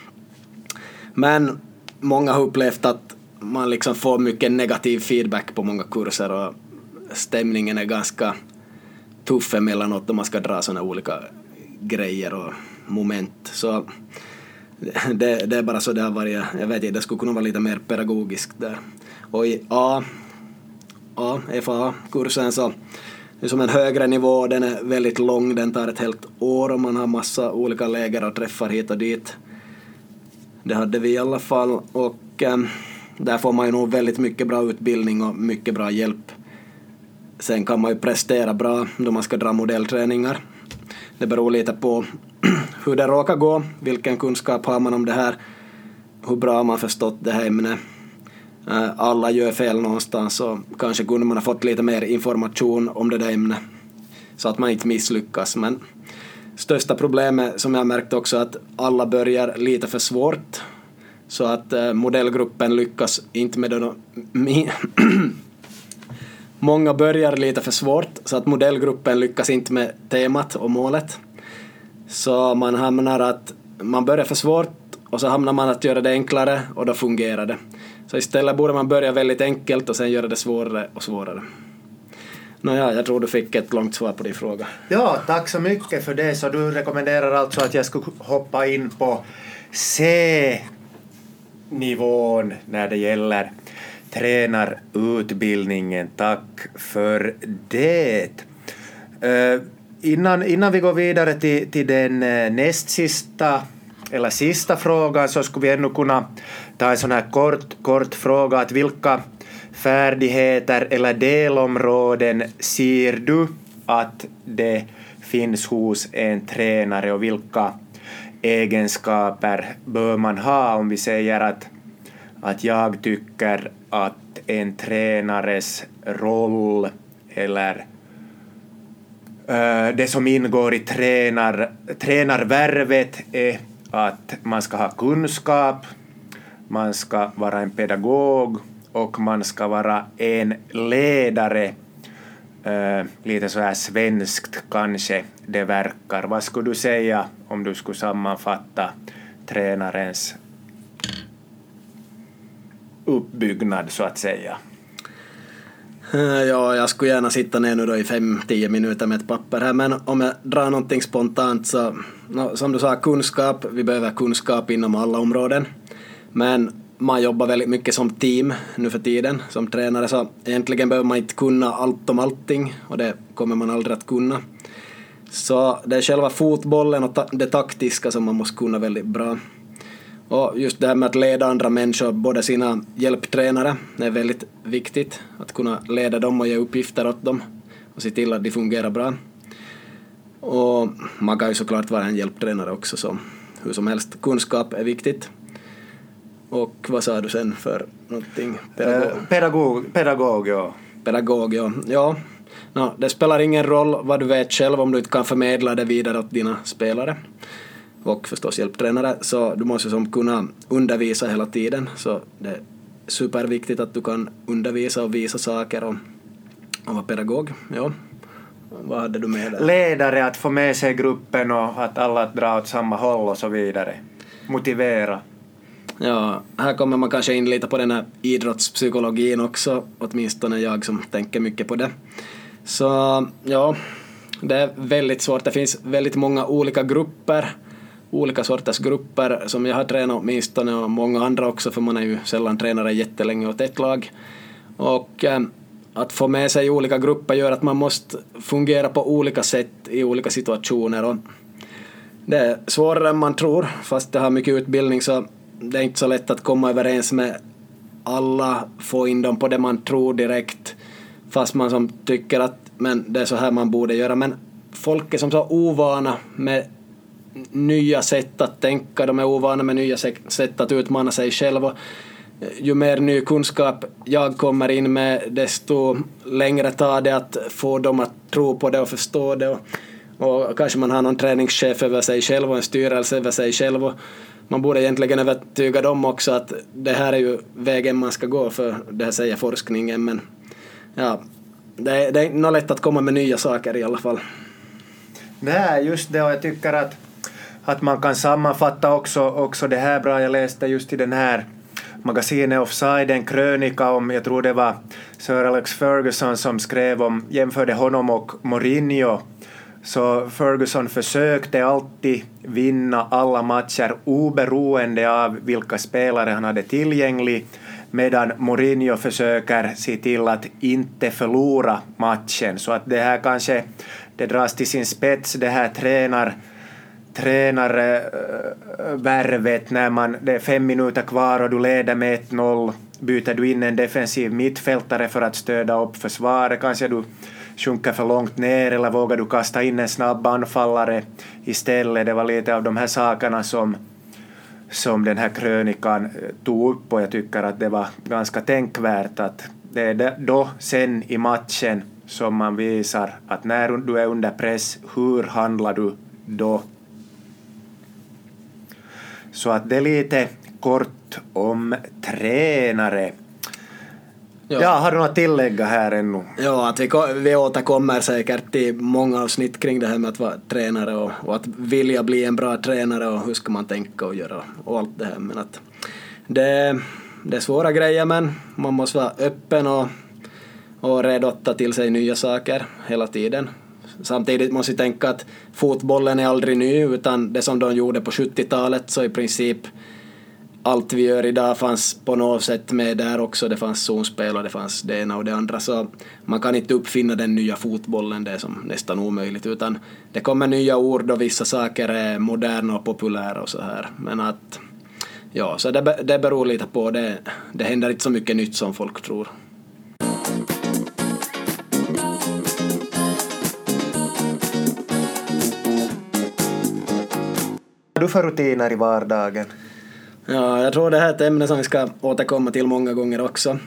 Men många har upplevt att man liksom får mycket negativ feedback på många kurser, och stämningen är ganska tuff emellanåt om man ska dra såna olika grejer och moment. Så det, det är bara så det har varit. Jag vet inte, det skulle kunna vara lite mer pedagogiskt där. Och i A, A, F A A-kursen, så det är som en högre nivå, den är väldigt lång, den tar ett helt år och man har massa olika läger och träffar hit och dit. Det hade vi i alla fall, och eh, där får man ju nog väldigt mycket bra utbildning och mycket bra hjälp. Sen kan man ju prestera bra då man ska dra modellträningar. Det beror lite på hur det råkar gå, vilken kunskap har man om det här, hur bra man förstått det här ämnet. Alla gör fel någonstans, så kanske kunde man ha fått lite mer information om det där ämnet så att man inte misslyckas. Men största problemet som jag märkt också är att alla börjar lite för svårt, så att modellgruppen lyckas inte med det. Många börjar lite för svårt, så att modellgruppen lyckas inte med temat och målet. Så man hamnar att man börjar för svårt och så hamnar man att göra det enklare, och då fungerar det. Så istället borde man börja väldigt enkelt och sen göra det svårare och svårare. Nåja, jag tror du fick ett långt svar på din fråga. Ja, tack så mycket för det. Så du rekommenderar alltså att jag skulle hoppa in på C-nivån när det gäller tränarutbildningen. Tack för det. Uh, innan, innan vi går vidare till, till den uh, näst sista eller sista frågan, så skulle vi ännu kunna ta en sån här kort, kort fråga, att vilka färdigheter eller delområden ser du att det finns hos en tränare, och vilka egenskaper bör man ha? Om vi säger att, att jag tycker att en tränares roll eller uh, det som ingår i tränar, tränarvärvet är att man ska ha kunskap, man ska vara en pedagog och man ska vara en ledare. Uh, lite så här svenskt kanske det verkar. Vad skulle du säga om du skulle sammanfatta tränarens uppbyggnad så att säga? Ja, jag skulle gärna sitta ner nu då i fem till tio minuter med ett papper här, men om jag drar någonting spontant så, no, som du sa, kunskap, vi behöver kunskap inom alla områden, men man jobbar väldigt mycket som team nu för tiden som tränare, så egentligen behöver man inte kunna allt om allting, och det kommer man aldrig att kunna. Så det är själva fotbollen och ta- det taktiska som man måste kunna väldigt bra. Och just det här med att leda andra människor, både sina hjälptränare, det är väldigt viktigt att kunna leda dem och ge uppgifter åt dem och se till att de fungerar bra. Och man kan ju såklart vara en hjälptränare också, så hur som helst, kunskap är viktigt. Och vad sa du sen för någonting? Pedagog, uh, pedagog, pedagog ja. Pedagog, ja. ja. No, det spelar ingen roll vad du vet själv om du inte kan förmedla det vidare åt dina spelare. Och förstås hjälptränare, så du måste som kunna undervisa hela tiden, så det är superviktigt att du kan undervisa och visa saker och, och vara pedagog. Ja. Vad hade du med där? Ledare, att få med sig gruppen och att alla drar åt samma håll och så vidare. Motivera. Ja, här kommer man kanske in lite på den här idrottspsykologin också, åtminstone jag som tänker mycket på det. Så ja, det är väldigt svårt. Det finns väldigt många olika grupper, olika sorters grupper som jag har tränat åtminstone, och många andra också, för man är ju sällan tränare jättelänge åt ett lag. Och eh, att få med sig olika grupper gör att man måste fungera på olika sätt i olika situationer, och det är svårare än man tror, fast det har mycket utbildning, så det är inte så lätt att komma överens med alla, få in dem på det man tror direkt, fast man som tycker att men det är så här man borde göra. Men folk är som så ovana med nya sätt att tänka, de är ovana med nya sätt att utmana sig själva. Ju mer ny kunskap jag kommer in med, desto längre tar det att få dem att tro på det och förstå det. Och, och kanske man har någon träningschef över sig själv och en styrelse över sig själv, och man borde egentligen övertyga dem också att det här är ju vägen man ska gå, för det här säger forskningen. Men ja, det är, det är nog lätt att komma med nya saker i alla fall. Nej, just det, och jag tycker att, att man kan sammanfatta också, också det här bra. Jag läste just i den här magasinet Offside en krönika om, jag tror det var Sir Alex Ferguson som skrev om, jämförde honom och Mourinho. Så Ferguson försökte alltid vinna alla matcher oberoende av vilka spelare han hade tillgänglig, medan Mourinho försöker se till att inte förlora matchen. Så att det här kanske det dras till sin spets, det här tränar tränarvärvet när man, det är fem minuter kvar och du leder med ett noll, byter du in en defensiv mittfältare för att stödja upp försvaret, kanske du sjunker för långt ner eller vågar du kasta in en snabb anfallare istället. Det var lite av de här sakerna som, som den här krönikan tog upp, och jag tycker att det var ganska tänkvärt att det är då sen i matchen som man visar att när du är under press, hur handlar du då? Så att det är lite kort om tränare. Ja, ja har du något tillägga här ännu? Ja, att vi, vi återkommer säkert till många avsnitt kring det här med att vara tränare och, och att vilja bli en bra tränare och hur ska man tänka och göra och allt det här. Men att det, det är svåra grejer, men man måste vara öppen och, och redo att ta till sig nya saker hela tiden. Samtidigt måste vi tänka att fotbollen är aldrig ny, utan det som de gjorde på sjuttiotalet, så i princip allt vi gör idag fanns på något sätt med där också. Det fanns zonspel och det fanns det ena och det andra, så man kan inte uppfinna den nya fotbollen, det är som nästan omöjligt, utan det kommer nya ord och vissa saker är moderna och populära och så här. Men att ja, så det, det beror lite på det. Det händer inte så mycket nytt som folk tror. Vad har du för rutiner i vardagen? Ja, jag tror det här är ett ämne som vi ska återkomma till många gånger också.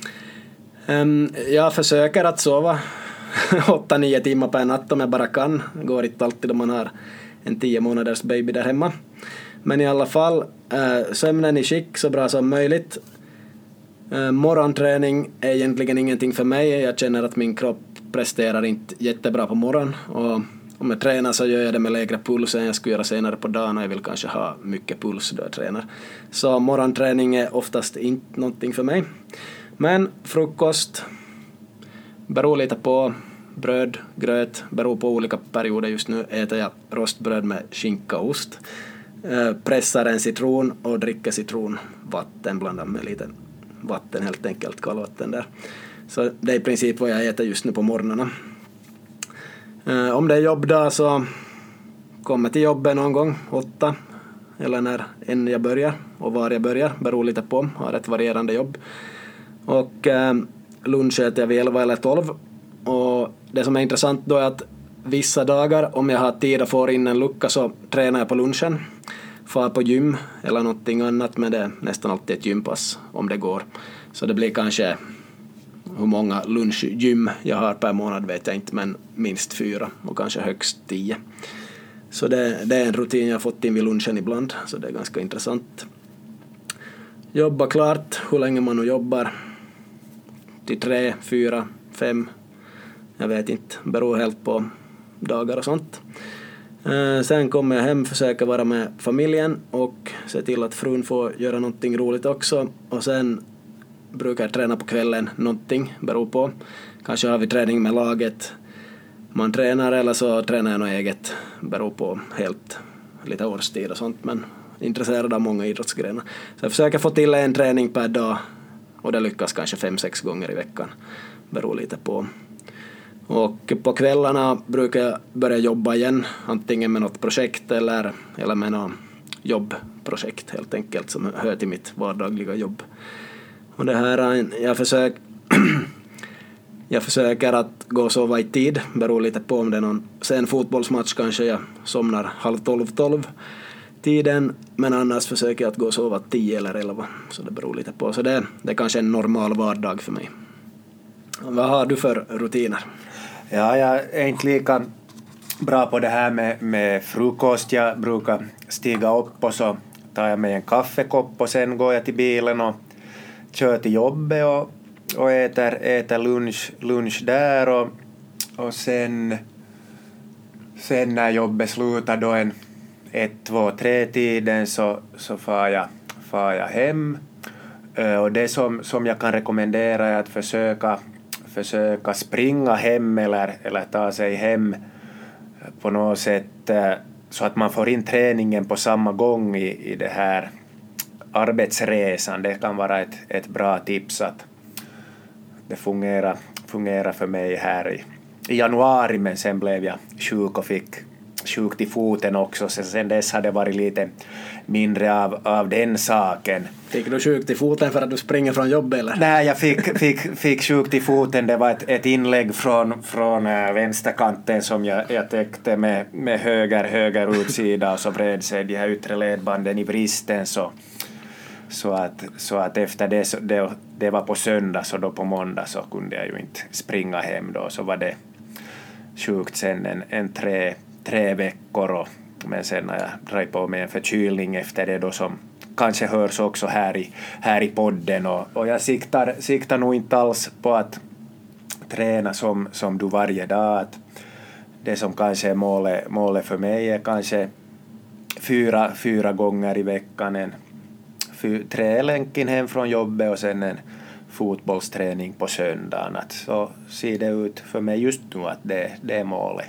Um, jag försöker att sova åtta nio timmar per natt om jag bara kan. Det går inte alltid om man har en tio månaders baby där hemma. Men i alla fall, uh, sömnen i skick så bra som möjligt. Uh, morgonträning är egentligen ingenting för mig. Jag känner att min kropp presterar inte jättebra på morgonen. Och om jag tränar så gör jag det med lägre puls än jag skulle göra senare på dagen, och jag vill kanske ha mycket puls då jag tränar. Så morgonträning är oftast inte någonting för mig. Men frukost beror lite på. Bröd, gröt, beror på olika perioder. Just nu äter jag rostbröd med skinka och ost. Pressar en citron och dricker citronvatten, blandar med lite vatten, helt enkelt kallvatten där. Så det är i princip vad jag äter just nu på morgnarna. Uh, om det är jobbdag så kommer till jobbet någon gång åtta, eller när än jag börjar och var jag börjar, beror lite på, har ett varierande jobb. Och uh, lunch äter jag vid elva eller tolv, och det som är intressant då är att vissa dagar, om jag har tid och får in en lucka, så tränar jag på lunchen, far på gym eller någonting annat, men det är nästan alltid ett gympass om det går. Så det blir kanske, hur många lunchgym jag har per månad vet jag inte, men minst fyra och kanske högst tio. Så det, det är en rutin jag har fått in vid lunchen ibland, så det är ganska intressant. Jobba klart, hur länge man nu jobbar, till tre, fyra, fem, jag vet inte, beror helt på dagar och sånt. Sen kommer jag hem, försöker vara med familjen och se till att frun får göra någonting roligt också, och sen brukar träna på kvällen någonting, beror på. Kanske har vi träning med laget, man tränar, eller så tränar jag något eget, beror på helt lite årstid och sånt, men intresserad av många idrottsgrenar. Så jag försöker få till en träning per dag, och det lyckas kanske fem, sex gånger i veckan, beror lite på. Och på kvällarna brukar jag börja jobba igen, antingen med något projekt eller, eller med något jobbprojekt helt enkelt, som hör till mitt vardagliga jobb. Och det här, jag försöker, jag försöker att gå och sova i tid, beror lite på om det är någon sen fotbollsmatch, kanske jag somnar halv tolv, tolv tiden, men annars försöker jag att gå och sova tio eller elva, så det beror lite på. Så det, det är kanske en normal vardag för mig. Vad har du för rutiner? Ja, jag är inte lika bra på det här med, med frukost. Jag brukar stiga upp och så tar jag mig en kaffekopp och sen går jag till bilen och kör till jobbet och, och äter, äter lunch, lunch där, och, och sen, sen när jobbet slutar då en ett, två, tre tiden så, så far, jag, far jag hem. Och det som, som jag kan rekommendera är att försöka, försöka springa hem eller, eller ta sig hem på något sätt, så att man får in träningen på samma gång i, i det här arbetsresan. Det kan vara ett, ett bra tips att det fungerar, fungerar för mig här i, i januari, men sen blev jag sjuk och fick sjukt i foten också, så sen dess har det varit lite mindre av, av den saken. Fick du sjukt i foten för att du springer från jobbet eller? Nej, jag fick, fick, fick sjukt i foten. Det var ett, ett inlägg från, från äh, vänsterkanten som jag, jag täckte med, med höger, höger utsida, och så vred sig de här yttre ledbanden i bristen, så, så, att, så att efter det, så, det, det var på söndag, så då på måndag så kunde jag ju inte springa hem då, så var det sjukt sen en, en tre tre veckor, och, men sen har jag dragit på mig en förkylning efter det då, som kanske hörs också här i, här i podden, och, och jag siktar, siktar nog inte alls på att träna som, som du varje dag. Att det som kanske är målet, målet för mig är kanske fyra, fyra gånger i veckan, en fy, tre länken hem från jobbet och sen en fotbollsträning på söndagen. Att så ser det ut för mig just nu, att det, det är målet.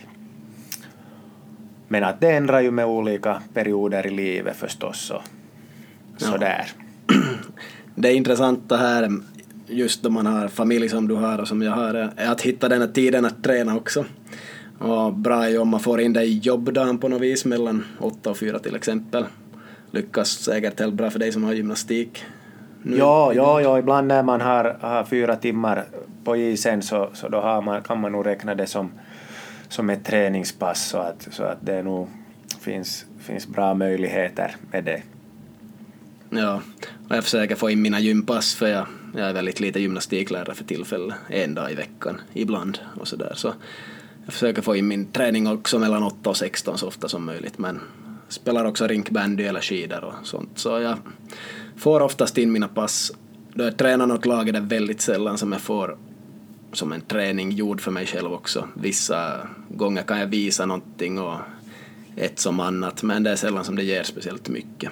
Men att det ändrar ju med olika perioder i livet förstås, så, ja. Sådär. Det är intressant det här, just då man har familj som du har och som jag har, är att hitta den här tiden att träna också. Och bra är om man får in det i jobbdagen på något vis, mellan åtta och fyra till exempel. Lyckas säkert helt bra för dig som har gymnastik. Nu. Ja, ja, ja, ibland när man har, har fyra timmar på isen, så, så då har man, kan man nog räkna det som som ett träningspass, så att, så att det nog finns, finns bra möjligheter med det. Ja, och jag försöker få in mina gympass, för jag, jag är väldigt lite gymnastiklärare för tillfället, en dag i veckan ibland och sådär, så jag försöker få in min träning också mellan åtta och sexton så ofta som möjligt, men spelar också rinkbandy eller skidor och sånt, så jag får oftast in mina pass. Då jag tränar något lag är det väldigt sällan som jag får som en träning gjord för mig själv också. Vissa gånger kan jag visa någonting och ett som annat, men det är sällan som det ger speciellt mycket.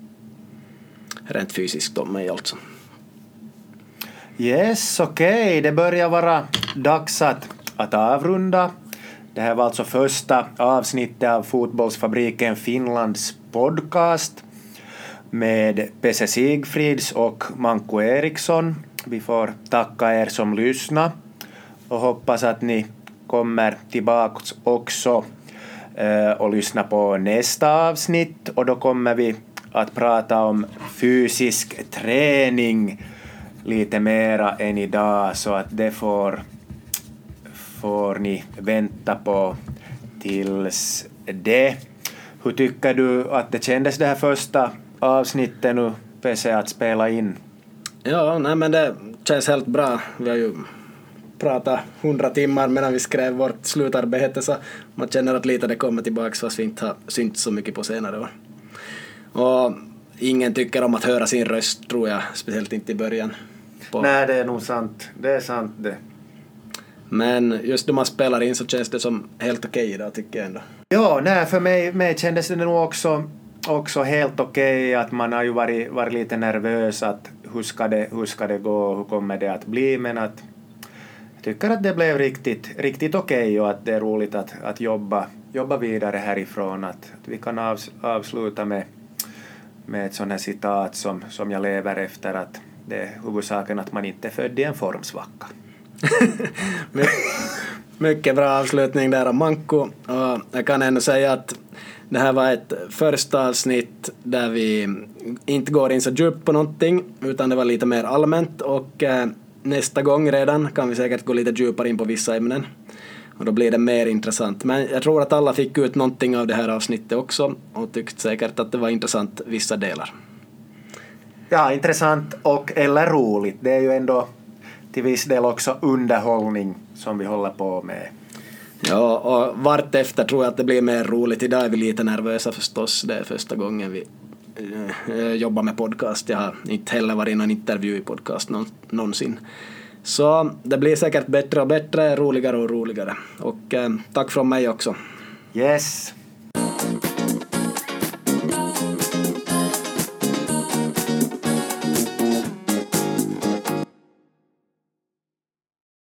Rent fysiskt om mig alltså. Yes, okej. Okay. Det börjar vara dags att, att avrunda. Det här var alltså första avsnittet av Fotbollsfabriken Finlands podcast med Pesse Sigfrids och Manko Eriksson. Vi får tacka er som lyssnar och hoppas att ni kommer tillbaka också eh, och lyssna på nästa avsnitt, och då kommer vi att prata om fysisk träning lite mera än idag, så att det får, får ni vänta på tills det. Hur tycker du att det kändes det här första avsnittet nu, Pesse, att spela in? Ja, nej, men det känns helt bra. Vi har ju pratat hundra timmar medan vi skrev vårt slutarbete, så man känner att lite det kommer tillbaka, fast vi inte har synts så mycket på senare år. Och ingen tycker om att höra sin röst, tror jag, speciellt inte i början. På... Nej, det är nog sant. Det är sant det. Men just då man spelar in så känns det som helt okej okay idag, tycker jag ändå. Ja, nej, för mig, mig kändes det nog också, också helt okej okay, att man har ju varit, varit lite nervös att hur ska det, hur ska det gå, hur kommer det att bli, men att jag tycker att det blev riktigt, riktigt okej okay, och att det är roligt att, att jobba, jobba vidare härifrån, att, att vi kan avs, avsluta med, med ett sånt här citat som, som jag lever efter, att det är huvudsaken att man inte är född i en formsvacka. My, mycket bra avslutning där av Manko, och jag kan ändå säga att det här var ett första avsnitt där vi inte går in så djupt på någonting, utan det var lite mer allmänt, och eh, nästa gång redan kan vi säkert gå lite djupare in på vissa ämnen, och då blir det mer intressant. Men jag tror att alla fick ut någonting av det här avsnittet också, och tyckte säkert att det var intressant vissa delar. Ja, intressant och eller roligt. Det är ju ändå till viss del också underhållning som vi håller på med. Ja, och vart efter tror jag att det blir mer roligt. Idag är vi lite nervösa förstås. Det är första gången vi äh, jobbar med podcast. Jag har inte heller varit i någon intervju i podcast någon, någonsin. Så det blir säkert bättre och bättre, roligare och roligare. Och äh, tack från mig också. Yes.